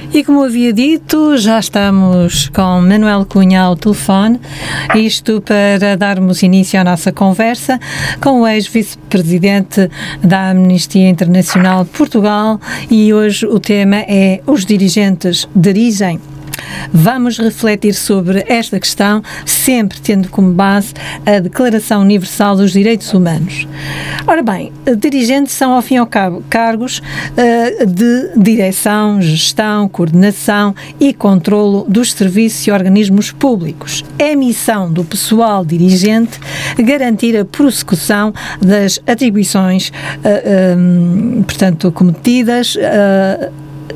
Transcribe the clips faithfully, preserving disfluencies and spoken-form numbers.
E como havia dito, já estamos com Manuel Cunha ao telefone, isto para darmos início à nossa conversa com o ex-vice-presidente da Amnistia Internacional de Portugal, e hoje o tema é: os dirigentes dirigem? Vamos refletir sobre esta questão, sempre tendo como base a Declaração Universal dos Direitos Humanos. Ora bem, dirigentes são, ao fim e ao cabo, cargos uh, de direção, gestão, coordenação e controlo dos serviços e organismos públicos. É missão do pessoal dirigente garantir a prossecução das atribuições, uh, um, portanto, cometidas, uh,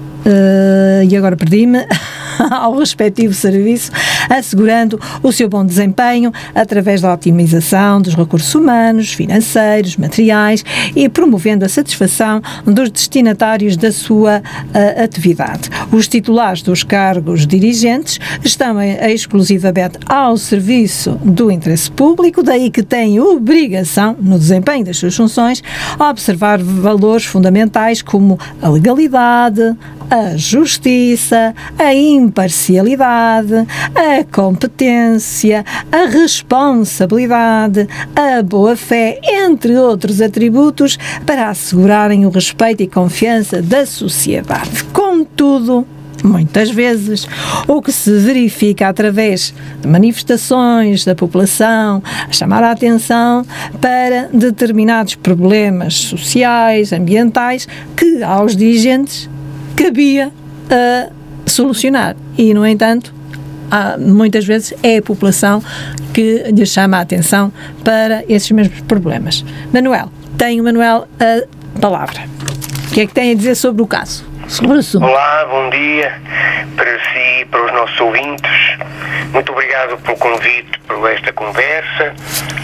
uh, e agora perdi-me, ao respectivo serviço, assegurando o seu bom desempenho através da otimização dos recursos humanos, financeiros, materiais e promovendo a satisfação dos destinatários da sua uh, atividade. Os titulares dos cargos dirigentes estão uh, exclusivamente ao serviço do interesse público, daí que têm obrigação, no desempenho das suas funções, a observar valores fundamentais como a legalidade, a justiça, a imparcialidade, a competência, a responsabilidade, a boa-fé, entre outros atributos, para assegurarem o respeito e confiança da sociedade. Contudo, muitas vezes, o que se verifica através de manifestações da população a chamar a atenção para determinados problemas sociais, ambientais, que aos dirigentes cabia a solucionar. E, no entanto, há, muitas vezes é a população que lhe chama a atenção para esses mesmos problemas. Manuel, tem o Manuel a palavra. O que é que tem a dizer sobre o caso? Sobre o assunto. Olá, bom dia para si e para os nossos ouvintes. Muito obrigado pelo convite, por esta conversa,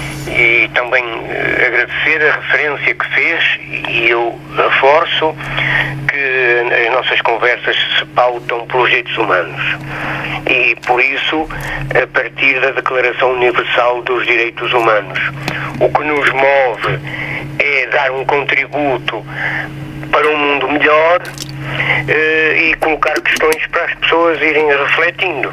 e também eh, agradecer a referência que fez, e eu reforço que as nossas conversas se pautam pelos direitos humanos, e por isso, a partir da Declaração Universal dos Direitos Humanos, o que nos move é dar um contributo para um mundo melhor eh, e colocar questões para as pessoas irem refletindo.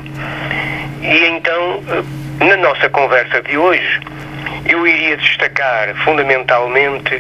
E então, na nossa conversa de hoje, eu iria destacar fundamentalmente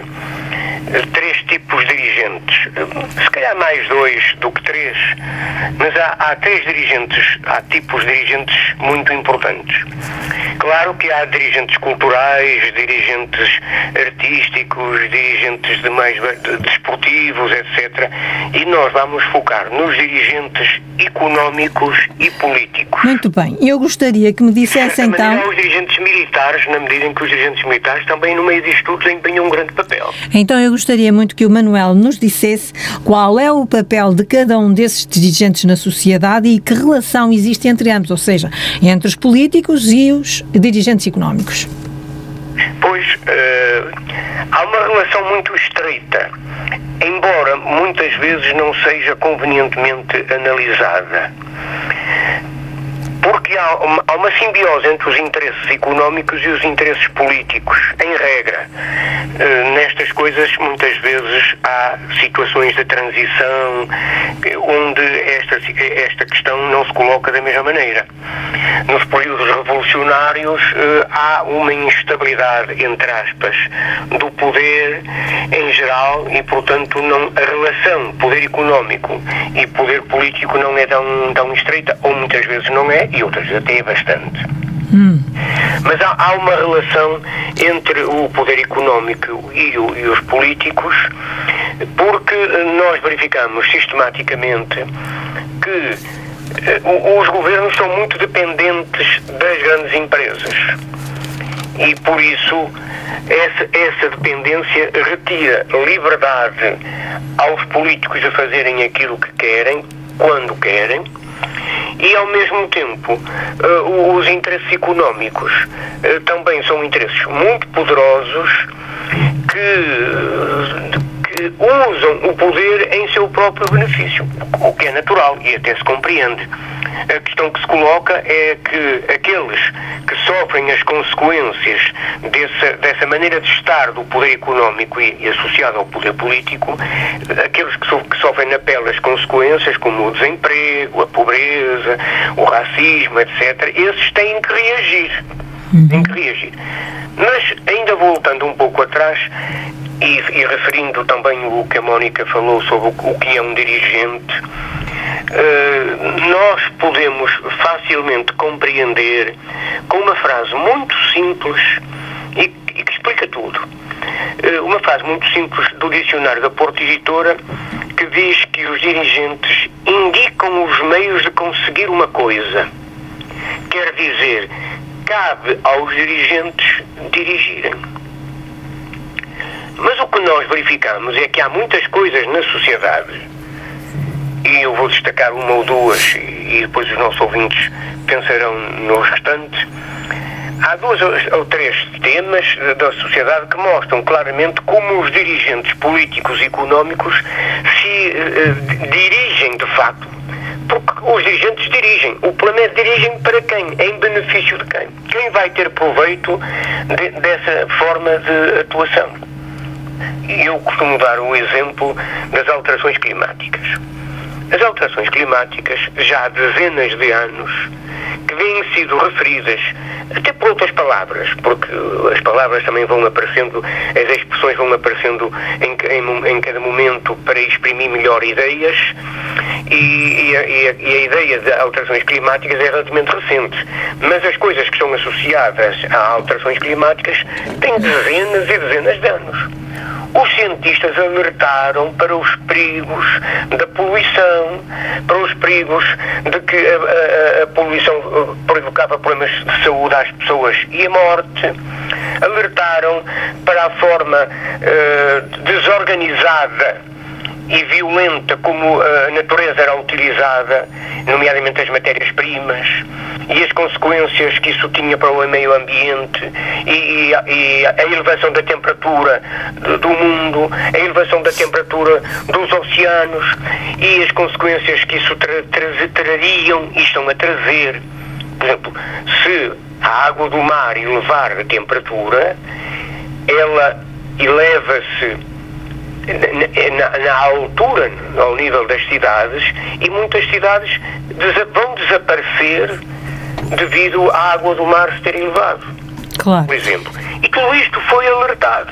três tipos de dirigentes, se calhar mais dois do que três, mas há, há três dirigentes, há tipos de dirigentes muito importantes. Claro que há dirigentes culturais, dirigentes artísticos, dirigentes de mais de, desportivos, etcétera. E nós vamos focar nos dirigentes económicos e políticos. Muito bem. Eu gostaria que me dissesse mas então... há os dirigentes militares, na medida em que os dirigentes militares também, no meio disto tudo, desempenham um grande papel. Então eu gostaria muito que o Manuel nos dissesse qual é o papel de cada um desses dirigentes na sociedade e que relação existe entre ambos, ou seja, entre os políticos e os dirigentes económicos. Pois, uh, há uma relação muito estreita, embora muitas vezes não seja convenientemente analisada. Porque há uma, há uma simbiose entre os interesses económicos e os interesses políticos, em regra. Uh, nestas coisas, muitas vezes, há situações de transição onde esta, esta questão não se coloca da mesma maneira. Nos períodos revolucionários, uh, há uma instabilidade, entre aspas, do poder em geral e, portanto, não, a relação poder económico e poder político não é tão, tão estreita, ou muitas vezes não é, e outras até é bastante. Hum. Mas há, há uma relação entre o poder económico e, o, e os políticos, porque nós verificamos sistematicamente que uh, os governos são muito dependentes das grandes empresas, e por isso essa, essa dependência retira liberdade aos políticos a fazerem aquilo que querem, quando querem. E, ao mesmo tempo, uh, os interesses económicos uh, também são interesses muito poderosos que, que usam o poder em seu próprio benefício, o que é natural e até se compreende. a questão que se coloca é que aqueles que sofrem as consequências dessa, dessa maneira de estar do poder económico e, e associado ao poder político, aqueles que, so, que sofrem na pele as consequências, como o desemprego, a pobreza, o racismo, etcétera, esses têm que reagir. Uhum. Têm que reagir. Mas, ainda voltando um pouco atrás, e, e referindo também o que a Mónica falou sobre o, o que é um dirigente, uh, nós podemos facilmente compreender com uma frase muito simples e, e que explica tudo. Uh, uma frase muito simples do dicionário da Porta Editora, que diz que os dirigentes indicam os meios de conseguir uma coisa. Quer dizer, cabe aos dirigentes dirigirem. Mas o que nós verificamos é que há muitas coisas na sociedade, e eu vou destacar uma ou duas, e depois os nossos ouvintes pensarão nos restantes. Há dois ou três temas da sociedade que mostram claramente como os dirigentes políticos e económicos se uh, dirigem de facto, porque os dirigentes dirigem. O problema é dirigem para quem? Em benefício de quem? Quem vai ter proveito de, dessa forma de atuação? Eu costumo dar o exemplo das alterações climáticas. As alterações climáticas, já há dezenas de anos, que vêm sido referidas, até por outras palavras, porque as palavras também vão aparecendo, as expressões vão aparecendo em, em, em cada momento para exprimir melhor ideias, e, e, a, e, a, e a ideia de alterações climáticas é relativamente recente, mas as coisas que são associadas a alterações climáticas têm dezenas e dezenas de anos. Os cientistas alertaram para os perigos da poluição, para os perigos de que a, a, a poluição provocava problemas de saúde às pessoas e a morte. Alertaram para a forma uh, desorganizada e violenta como a natureza era utilizada, nomeadamente as matérias-primas, e as consequências que isso tinha para o meio ambiente, e, e, e a elevação da temperatura do, do mundo, a elevação da temperatura dos oceanos, e as consequências que isso tra, tra, trariam e estão a trazer. Por exemplo, se a água do mar elevar a temperatura, ela eleva-se Na, na altura, ao nível das cidades, e muitas cidades desa- vão desaparecer devido à água do mar se ter elevado, claro. Por exemplo. E tudo isto foi alertado.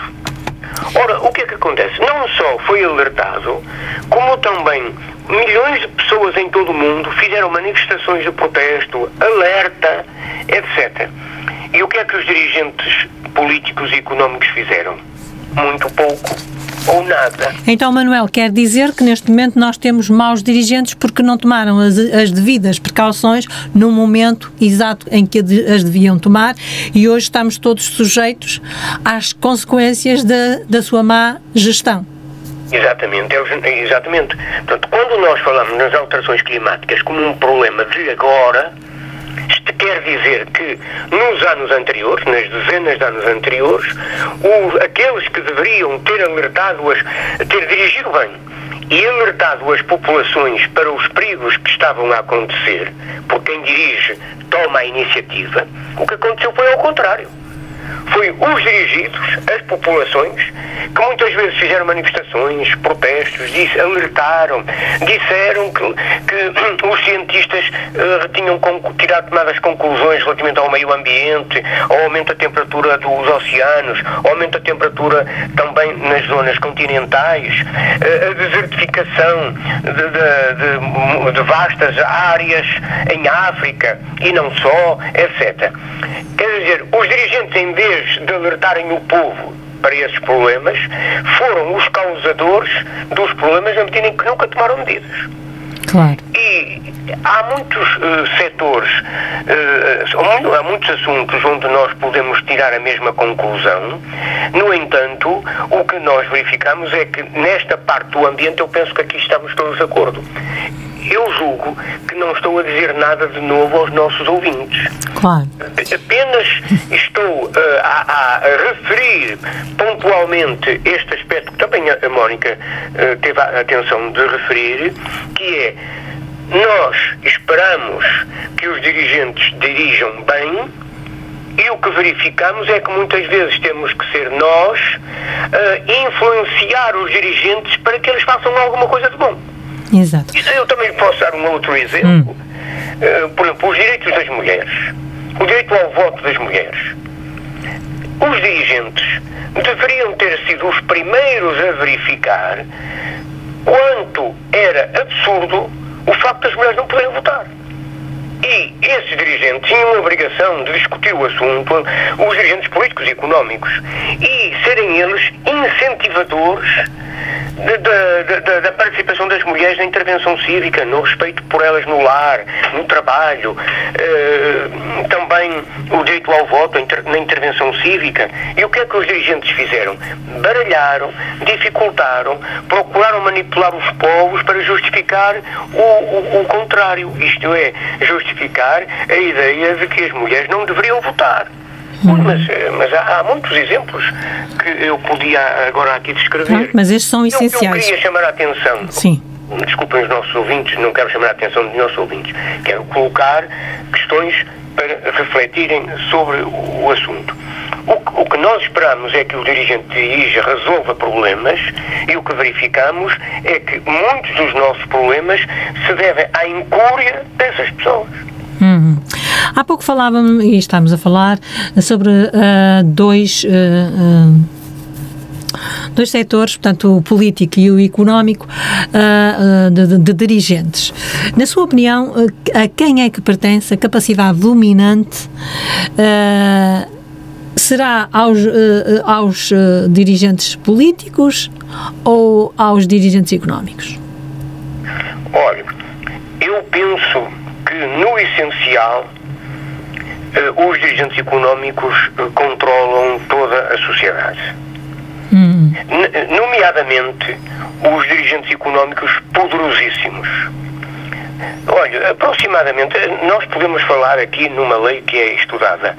Ora, o que é que acontece? Não só foi alertado, como também milhões de pessoas em todo o mundo fizeram manifestações de protesto, alerta, etcétera. E o que é que os dirigentes políticos e económicos fizeram? Muito pouco ou nada. Então, Manuel, quer dizer que neste momento nós temos maus dirigentes porque não tomaram as, as devidas precauções no momento exato em que as deviam tomar, e hoje estamos todos sujeitos às consequências da, da sua má gestão. Exatamente, exatamente. Portanto, quando nós falamos nas alterações climáticas como um problema de agora, isto quer dizer que nos anos anteriores, nas dezenas de anos anteriores, os, aqueles que deveriam ter alertado, as, ter dirigido bem e alertado as populações para os perigos que estavam a acontecer, porque quem dirige toma a iniciativa, o que aconteceu foi ao contrário. Foi os dirigidos, as populações, que muitas vezes fizeram manifestações, protestos, disse, alertaram, disseram que, que os cientistas uh, tinham tirado tomadas conclusões relativamente ao meio ambiente, ao aumento da temperatura dos oceanos, ao aumento da temperatura também nas zonas continentais, uh, a desertificação de, de, de, de vastas áreas em África e não só, etcétera. Quer dizer, os dirigentes, em vez de alertarem o povo para esses problemas, foram os causadores dos problemas na medida em que nunca tomaram medidas. Claro. E há muitos uh, setores, uh, há muitos assuntos onde nós podemos tirar a mesma conclusão. No entanto, o que nós verificamos é que nesta parte do ambiente eu penso que aqui estamos todos de acordo. Eu julgo que não estou a dizer nada de novo aos nossos ouvintes. Claro. Apenas estou uh, a, a referir pontualmente este aspecto que também a Mónica uh, teve a atenção de referir, que é nós esperamos que os dirigentes dirijam bem e o que verificamos é que muitas vezes temos que ser nós a influenciar os dirigentes para que eles façam alguma coisa de bom. Exato. Eu também posso dar um outro exemplo. Hum. Uh, por exemplo, os direitos das mulheres. O direito ao voto das mulheres. Os dirigentes deveriam ter sido os primeiros a verificar quanto era absurdo o facto das mulheres não poderem votar. E esses dirigentes tinham a obrigação de discutir o assunto, os dirigentes políticos e económicos, e serem eles incentivadores de, de, de, da participação das mulheres na intervenção cívica, no respeito por elas no lar, no trabalho, eh, também o direito ao voto na intervenção cívica. E o que é que os dirigentes fizeram? Baralharam, dificultaram, procuraram manipular os povos para justificar o, o, o contrário. Isto é, justificar a ideia de que as mulheres não deveriam votar. Hum. Mas, mas há, há muitos exemplos que eu podia agora aqui descrever. Ah, mas estes são essenciais. Eu, eu queria chamar a atenção. Sim. Desculpem os nossos ouvintes, não quero chamar a atenção dos nossos ouvintes. Quero colocar questões para refletirem sobre o, o assunto. O, o que nós esperamos é que o dirigente dirija, resolva problemas, e o que verificamos é que muitos dos nossos problemas se devem à incúria dessas pessoas. Uhum. Há pouco falávamos, e estamos a falar, sobre uh, dois, uh, uh, dois setores, portanto, o político e o económico, uh, uh, de, de, de dirigentes. Na sua opinião, uh, a quem é que pertence a capacidade dominante? Uh, será aos, uh, aos uh, dirigentes políticos ou aos dirigentes económicos? Olha, eu penso que, no essencial, uh, os dirigentes económicos uh, controlam toda a sociedade. Hum. N- nomeadamente, os dirigentes económicos poderosíssimos. Olha, aproximadamente, nós podemos falar aqui numa lei que é estudada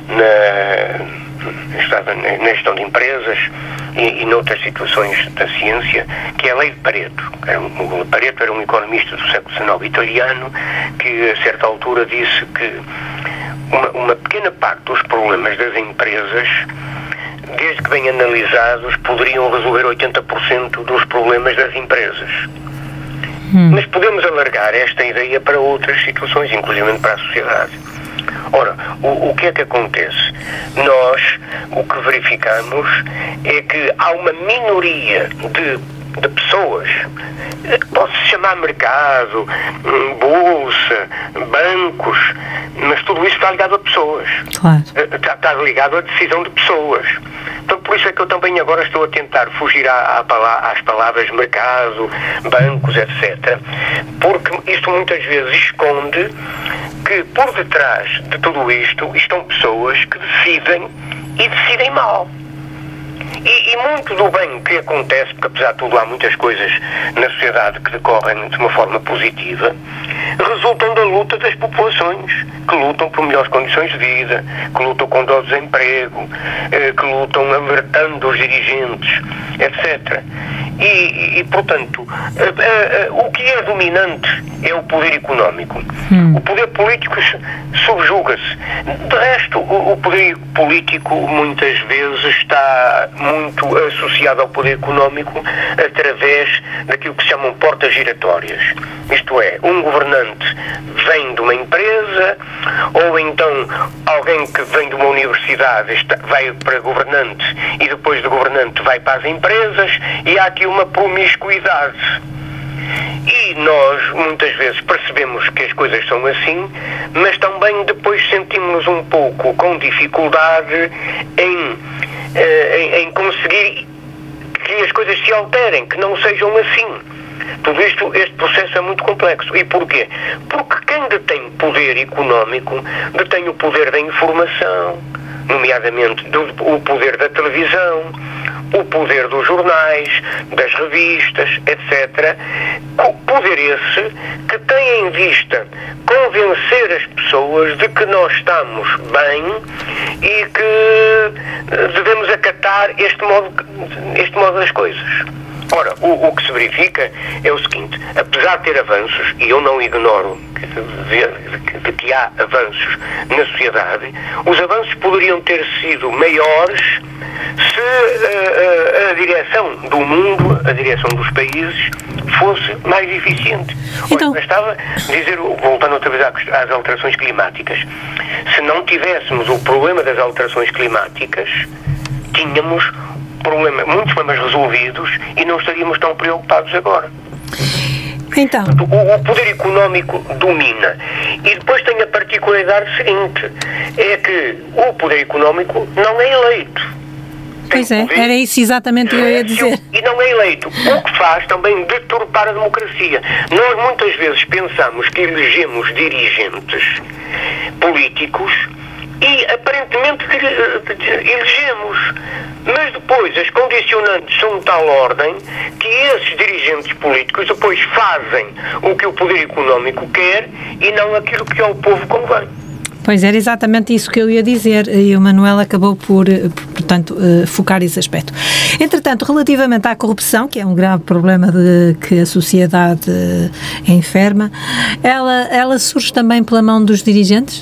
na, estudada na gestão de empresas e, e noutras situações da ciência, que é a lei de Pareto. O Pareto era um economista do século dezenove italiano que, a certa altura, disse que uma, uma pequena parte dos problemas das empresas, desde que bem analisados, poderiam resolver oitenta por cento dos problemas das empresas. Hum. Mas podemos alargar esta ideia para outras situações, inclusive para a sociedade. Ora, o, o que é que acontece? Nós, o que verificamos é que há uma minoria de, de pessoas, pode-se chamar mercado, bolsa, bancos, mas tudo isso está ligado a pessoas. Claro. Está, está ligado à decisão de pessoas. Então, por isso é que eu também agora estou a tentar fugir à, à, às palavras mercado, bancos, etcétera. Porque isto muitas vezes esconde que por detrás de tudo isto estão pessoas que decidem e decidem mal. E, e muito do bem que acontece, porque apesar de tudo há muitas coisas na sociedade que decorrem de uma forma positiva, resultam da luta das populações, que lutam por melhores condições de vida, que lutam contra o desemprego, que lutam alertando os dirigentes, etcétera. E, e portanto, a, a, a, o que é dominante é o poder económico. Hum. O poder político subjuga-se. De resto, o, o poder político muitas vezes está muito associado ao poder económico através daquilo que se chamam portas giratórias. Isto é, um governante vem de uma empresa, ou então alguém que vem de uma universidade está, vai para governante e depois de governante vai para as empresas, e há aqui uma promiscuidade. E nós muitas vezes percebemos que as coisas são assim, mas também depois sentimos um pouco com dificuldade em, em, em conseguir que as coisas se alterem, que não sejam assim. Tudo isto, este processo é muito complexo. E porquê? Porque quem detém poder económico detém o poder da informação, nomeadamente do, o poder da televisão, o poder dos jornais, das revistas, etcétera. Poder esse que tem em vista convencer as pessoas de que nós estamos bem e que devemos acatar este modo, este modo das coisas. Ora, o, o que se verifica é o seguinte: apesar de ter avanços, e eu não ignoro de, de que há avanços na sociedade, os avanços poderiam ter sido maiores se uh, uh, a direção do mundo, a direção dos países, fosse mais eficiente. Então... Ora, bastava dizer, voltando outra vez às alterações climáticas, se não tivéssemos o problema das alterações climáticas, tínhamos problema, muitos problemas resolvidos e não estaríamos tão preocupados agora. Então. O, o poder económico domina. E depois tem a particularidade seguinte: é que o poder económico não é eleito. Pois é, era isso exatamente o que eu ia dizer. E não é eleito, o que faz também deturpar a democracia. Nós muitas vezes pensamos que elegemos dirigentes políticos e aparentemente elegemos, mas depois as condicionantes são de tal ordem que esses dirigentes políticos depois fazem o que o poder económico quer e não aquilo que ao povo convém. Pois era exatamente isso que eu ia dizer e o Manuel acabou por, portanto, focar esse aspecto. Entretanto, relativamente à corrupção, que é um grave problema de que a sociedade enferma, ela, ela surge também pela mão dos dirigentes?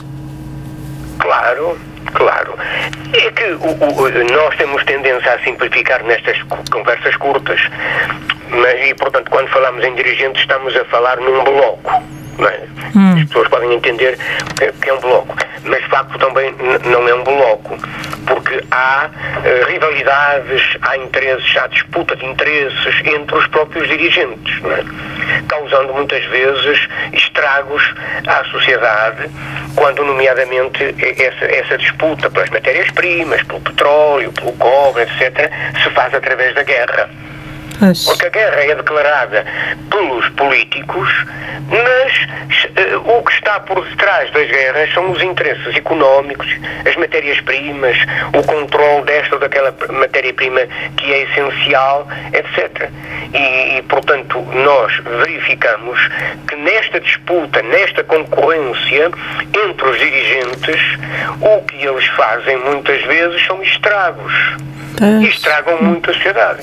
Claro, claro. É que o, o, nós temos tendência a simplificar nestas conversas curtas, mas, e portanto, quando falamos em dirigentes estamos a falar num bloco. Não é? Hum. As pessoas podem entender que é um bloco, mas de facto também não é um bloco, porque há uh, rivalidades, há interesses, há disputa de interesses entre os próprios dirigentes, não é? Causando muitas vezes estragos à sociedade, quando nomeadamente essa, essa disputa pelas matérias-primas, pelo petróleo, pelo cobre, etcétera, se faz através da guerra. Porque a guerra é declarada pelos políticos, mas uh, o que está por detrás das guerras são os interesses económicos, as matérias-primas, o controle desta ou daquela matéria-prima que é essencial, etcétera. E, e, portanto, nós verificamos que nesta disputa, nesta concorrência entre os dirigentes, o que eles fazem muitas vezes são estragos. E estragam muito a sociedade.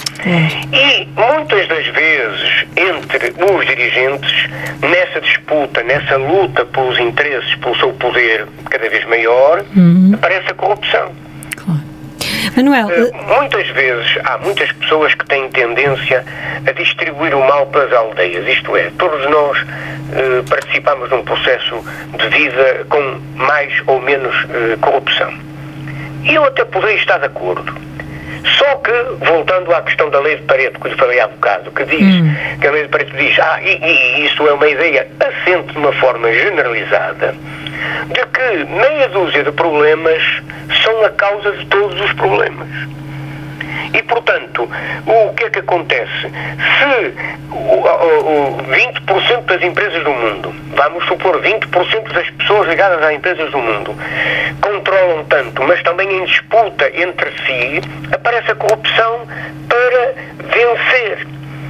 E muitas das vezes, entre os dirigentes, nessa disputa, nessa luta pelos interesses, pelo seu poder cada vez maior, uhum. aparece a corrupção. Claro. Manuel... Uh, muitas vezes, há muitas pessoas que têm tendência a distribuir o mal pelas aldeias, isto é, todos nós uh, participamos num processo de vida com mais ou menos uh, corrupção. E eu até poderia estar de acordo. Só que, voltando à questão da lei de Pareto, que lhe falei há bocado, que diz, hum. que a lei de Pareto diz, ah, e, e isso é uma ideia assente de uma forma generalizada, de que meia dúzia de problemas são a causa de todos os problemas. E, portanto, o que é que acontece? Se o, o, o vinte por cento das empresas do mundo, vamos supor vinte por cento das pessoas ligadas às empresas do mundo, controlam tanto, mas também em disputa entre si, aparece a corrupção para vencer.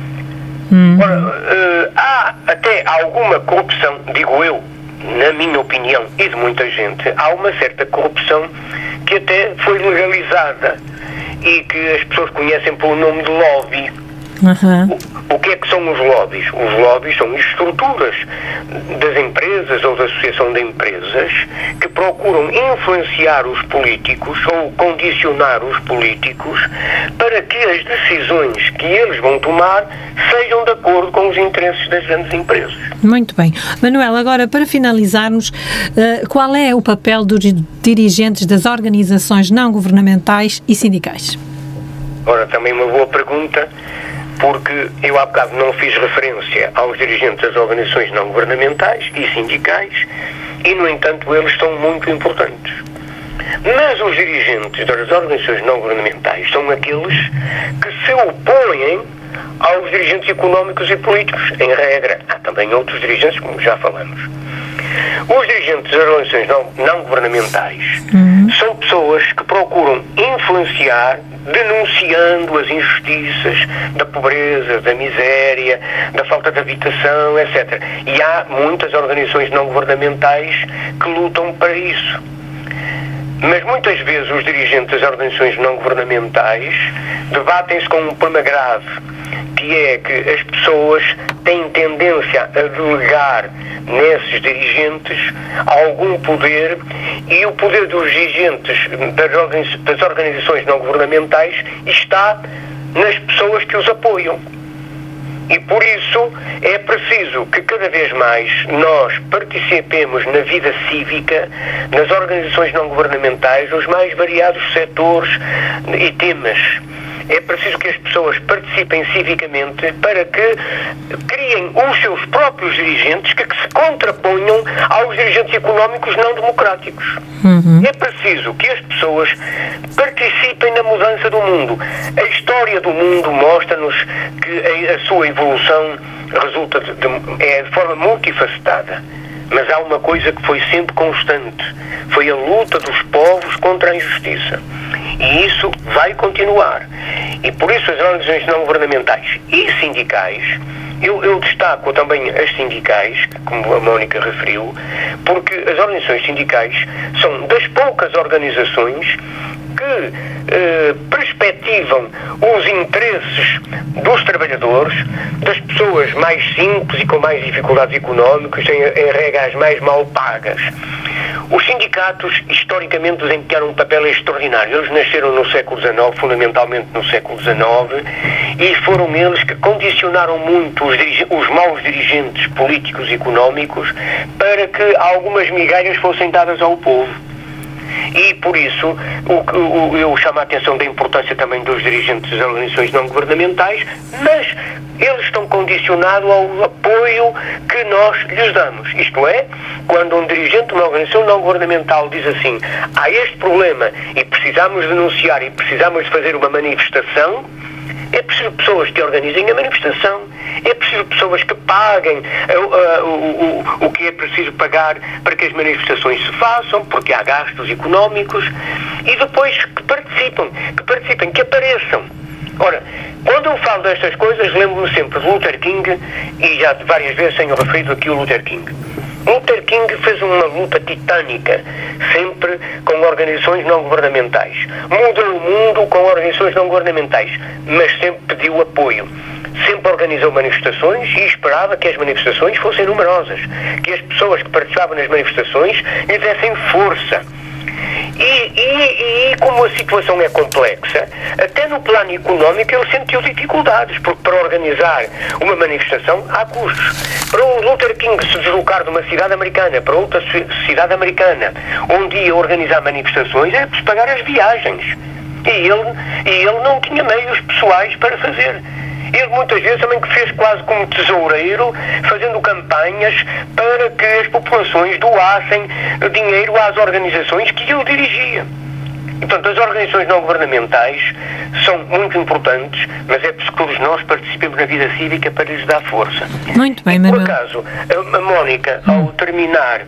Hum. Ora, uh, há até alguma corrupção, digo eu, na minha opinião, e de muita gente, há uma certa corrupção que até foi legalizada e que as pessoas conhecem pelo nome de lobby. Uhum. O, o que é que são os lobbies? Os lobbies são estruturas das empresas ou da associação de empresas que procuram influenciar os políticos ou condicionar os políticos para que as decisões que eles vão tomar sejam de acordo com os interesses das grandes empresas. Muito bem. Manuel, agora para finalizarmos, uh, qual é o papel dos dirigentes das organizações não governamentais e sindicais? Ora, também uma boa pergunta, porque eu há bocado não fiz referência aos dirigentes das organizações não governamentais e sindicais e, no entanto, eles são muito importantes. Mas os dirigentes das organizações não governamentais são aqueles que se opõem aos dirigentes económicos e políticos, em regra. Há também outros dirigentes, como já falamos. Os dirigentes das organizações não, não governamentais uhum. são pessoas que procuram influenciar, denunciando as injustiças da pobreza, da miséria, da falta de habitação, etcétera. E há muitas organizações não governamentais que lutam para isso. mas muitas vezes os dirigentes das organizações não governamentais debatem-se com um problema grave, que é que as pessoas têm tendência a delegar nesses dirigentes algum poder, e o poder dos dirigentes das organizações não governamentais está nas pessoas que os apoiam. E por isso é preciso que cada vez mais nós participemos na vida cívica, nas organizações não governamentais, nos mais variados setores e temas. É preciso que as pessoas participem civicamente para que criem os seus próprios dirigentes que, que se contraponham aos dirigentes económicos não democráticos. Uhum. É preciso que as pessoas participem na mudança do mundo. A história do mundo mostra-nos que a, a sua evolução resulta de, de, é de forma multifacetada. Mas há uma coisa que foi sempre constante. Foi a luta dos povos contra a injustiça. E isso vai continuar. E por isso as organizações não governamentais e sindicais, eu, eu destaco também as sindicais, como a Mónica referiu, porque as organizações sindicais são das poucas organizações que eh, perspectivam os interesses dos trabalhadores, das pessoas mais simples e com mais dificuldades económicas, em, em regras mais mal pagas. Os sindicatos, historicamente, desempenharam um papel extraordinário. Eles nasceram no século dezenove, fundamentalmente no século dezenove, e foram eles que condicionaram muito os, os maus dirigentes políticos e económicos para que algumas migalhas fossem dadas ao povo. E, por isso, o, o, eu chamo a atenção da importância também dos dirigentes das organizações não governamentais, mas eles estão condicionados ao apoio que nós lhes damos. Isto é, quando um dirigente de uma organização não governamental diz assim: há este problema e precisamos denunciar e precisamos de fazer uma manifestação, é preciso pessoas que organizem a manifestação, é preciso pessoas que paguem uh, uh, o, o, o que é preciso pagar para que as manifestações se façam, porque há gastos económicos, e depois que participem, que participem, que apareçam. Ora, quando eu falo destas coisas, lembro-me sempre de Luther King, e já várias vezes tenho referido aqui o Luther King. Luther King fez uma luta titânica, sempre com organizações não governamentais. Mudou o mundo com organizações não governamentais, mas sempre pediu apoio. Sempre organizou manifestações e esperava que as manifestações fossem numerosas, que as pessoas que participavam nas manifestações lhe dessem força. E, e, e como a situação é complexa, até no plano económico ele sentiu dificuldades, porque para organizar uma manifestação há custos. Para o Luther King se deslocar de uma cidade americana para outra cidade americana, onde ia organizar manifestações, era preciso pagar as viagens. E ele, e ele não tinha meios pessoais para fazer. Ele muitas vezes também que fez quase como tesoureiro, fazendo campanhas para que as populações doassem dinheiro às organizações que ele dirigia. E, portanto, as organizações não governamentais são muito importantes, mas é preciso que todos nós participemos na vida cívica para lhes dar força. Muito bem, e, Manuel. por acaso, a, a Mónica, hum. ao terminar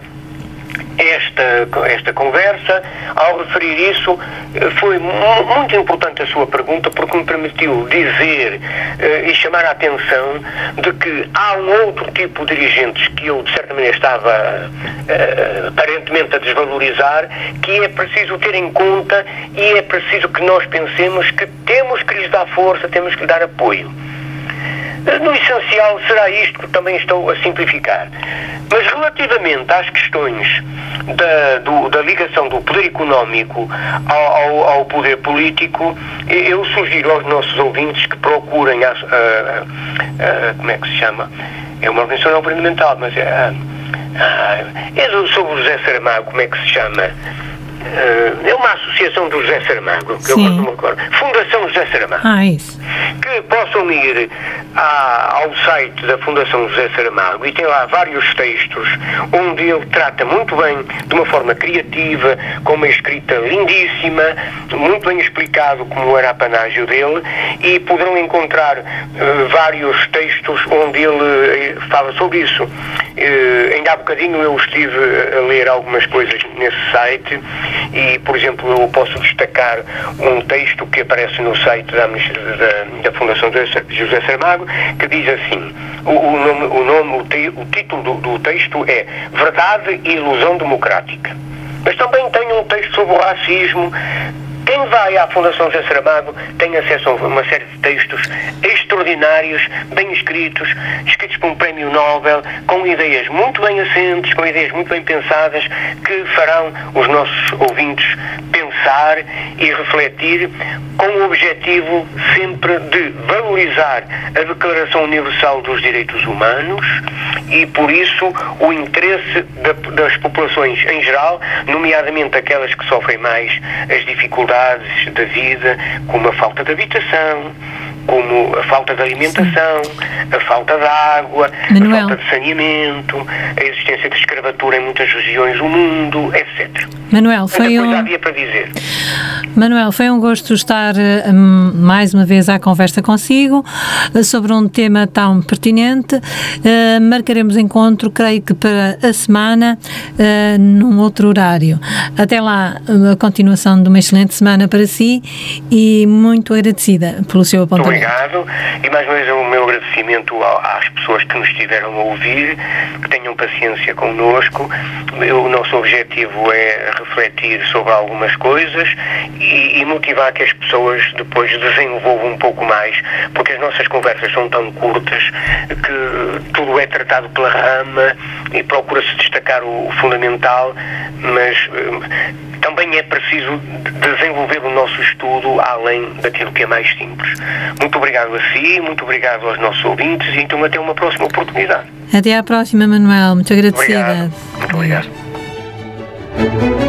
Esta, esta conversa, ao referir isso, foi muito importante a sua pergunta, porque me permitiu dizer uh, e chamar a atenção de que há um outro tipo de dirigentes que eu, de certa maneira, estava uh, aparentemente a desvalorizar, que é preciso ter em conta e é preciso que nós pensemos que temos que lhes dar força, temos que lhes dar apoio. No essencial será isto que também estou a simplificar. Mas relativamente às questões da, do, da ligação do poder económico ao, ao, ao poder político, eu sugiro aos nossos ouvintes que procurem a, a, a, como é que se chama? É uma organização não governamental, mas é, a, a, é sobre o José Saramago, como é que se chama? Uh, é uma associação do José Saramago, que Sim. eu não me recordo. Fundação José Saramago. Ah, isso. Que possam ir à, ao site da Fundação José Saramago e tem lá vários textos onde ele trata muito bem, de uma forma criativa, com uma escrita lindíssima, muito bem explicado como era a apanágio dele, e poderão encontrar uh, vários textos onde ele uh, fala sobre isso. Uh, ainda há bocadinho eu estive a ler algumas coisas nesse site e, por exemplo, eu posso destacar um texto que aparece no site da, da, da Fundação José Saramago, que diz assim, o, o nome, o, nome o, te, o título do, do texto é Verdade e Ilusão Democrática. mas também tenho um texto sobre o racismo. Quem vai à Fundação José Saramago tem acesso a uma série de textos extraordinários, bem escritos, escritos por um prémio Nobel, com ideias muito bem assentes, com ideias muito bem pensadas, que farão os nossos ouvintes pensar e refletir, com o objetivo sempre de valorizar a Declaração Universal dos Direitos Humanos e, por isso, o interesse da, das populações em geral, nomeadamente aquelas que sofrem mais as dificuldades da vida, como a falta de habitação, como a falta de alimentação, a falta de água, Manuel. a falta de saneamento, a existência de escravatura em muitas regiões do mundo, etcétera. Manuel, foi Muita coisa um... havia para dizer. Manuel, foi um gosto estar um, mais uma vez à conversa consigo uh, sobre um tema tão pertinente. Uh, marcaremos encontro, creio que para a semana, uh, num outro horário. Até lá, a continuação de uma excelente semana para si e muito agradecida pelo seu apontamento. Muito obrigado e mais uma vez o meu agradecimento às pessoas que nos estiveram a ouvir, que tenham paciência connosco. O nosso objetivo é refletir sobre algumas coisas e, e motivar que as pessoas depois desenvolvam um pouco mais, porque as nossas conversas são tão curtas que tudo é tratado pela rama e procura-se destacar o, o fundamental, mas eh, também é preciso desenvolver o nosso estudo além daquilo que é mais simples. Muito obrigado a si, muito obrigado aos nossos ouvintes e então até uma próxima oportunidade. Até à próxima, Manuel. Muito agradecida. Obrigado. Muito obrigado.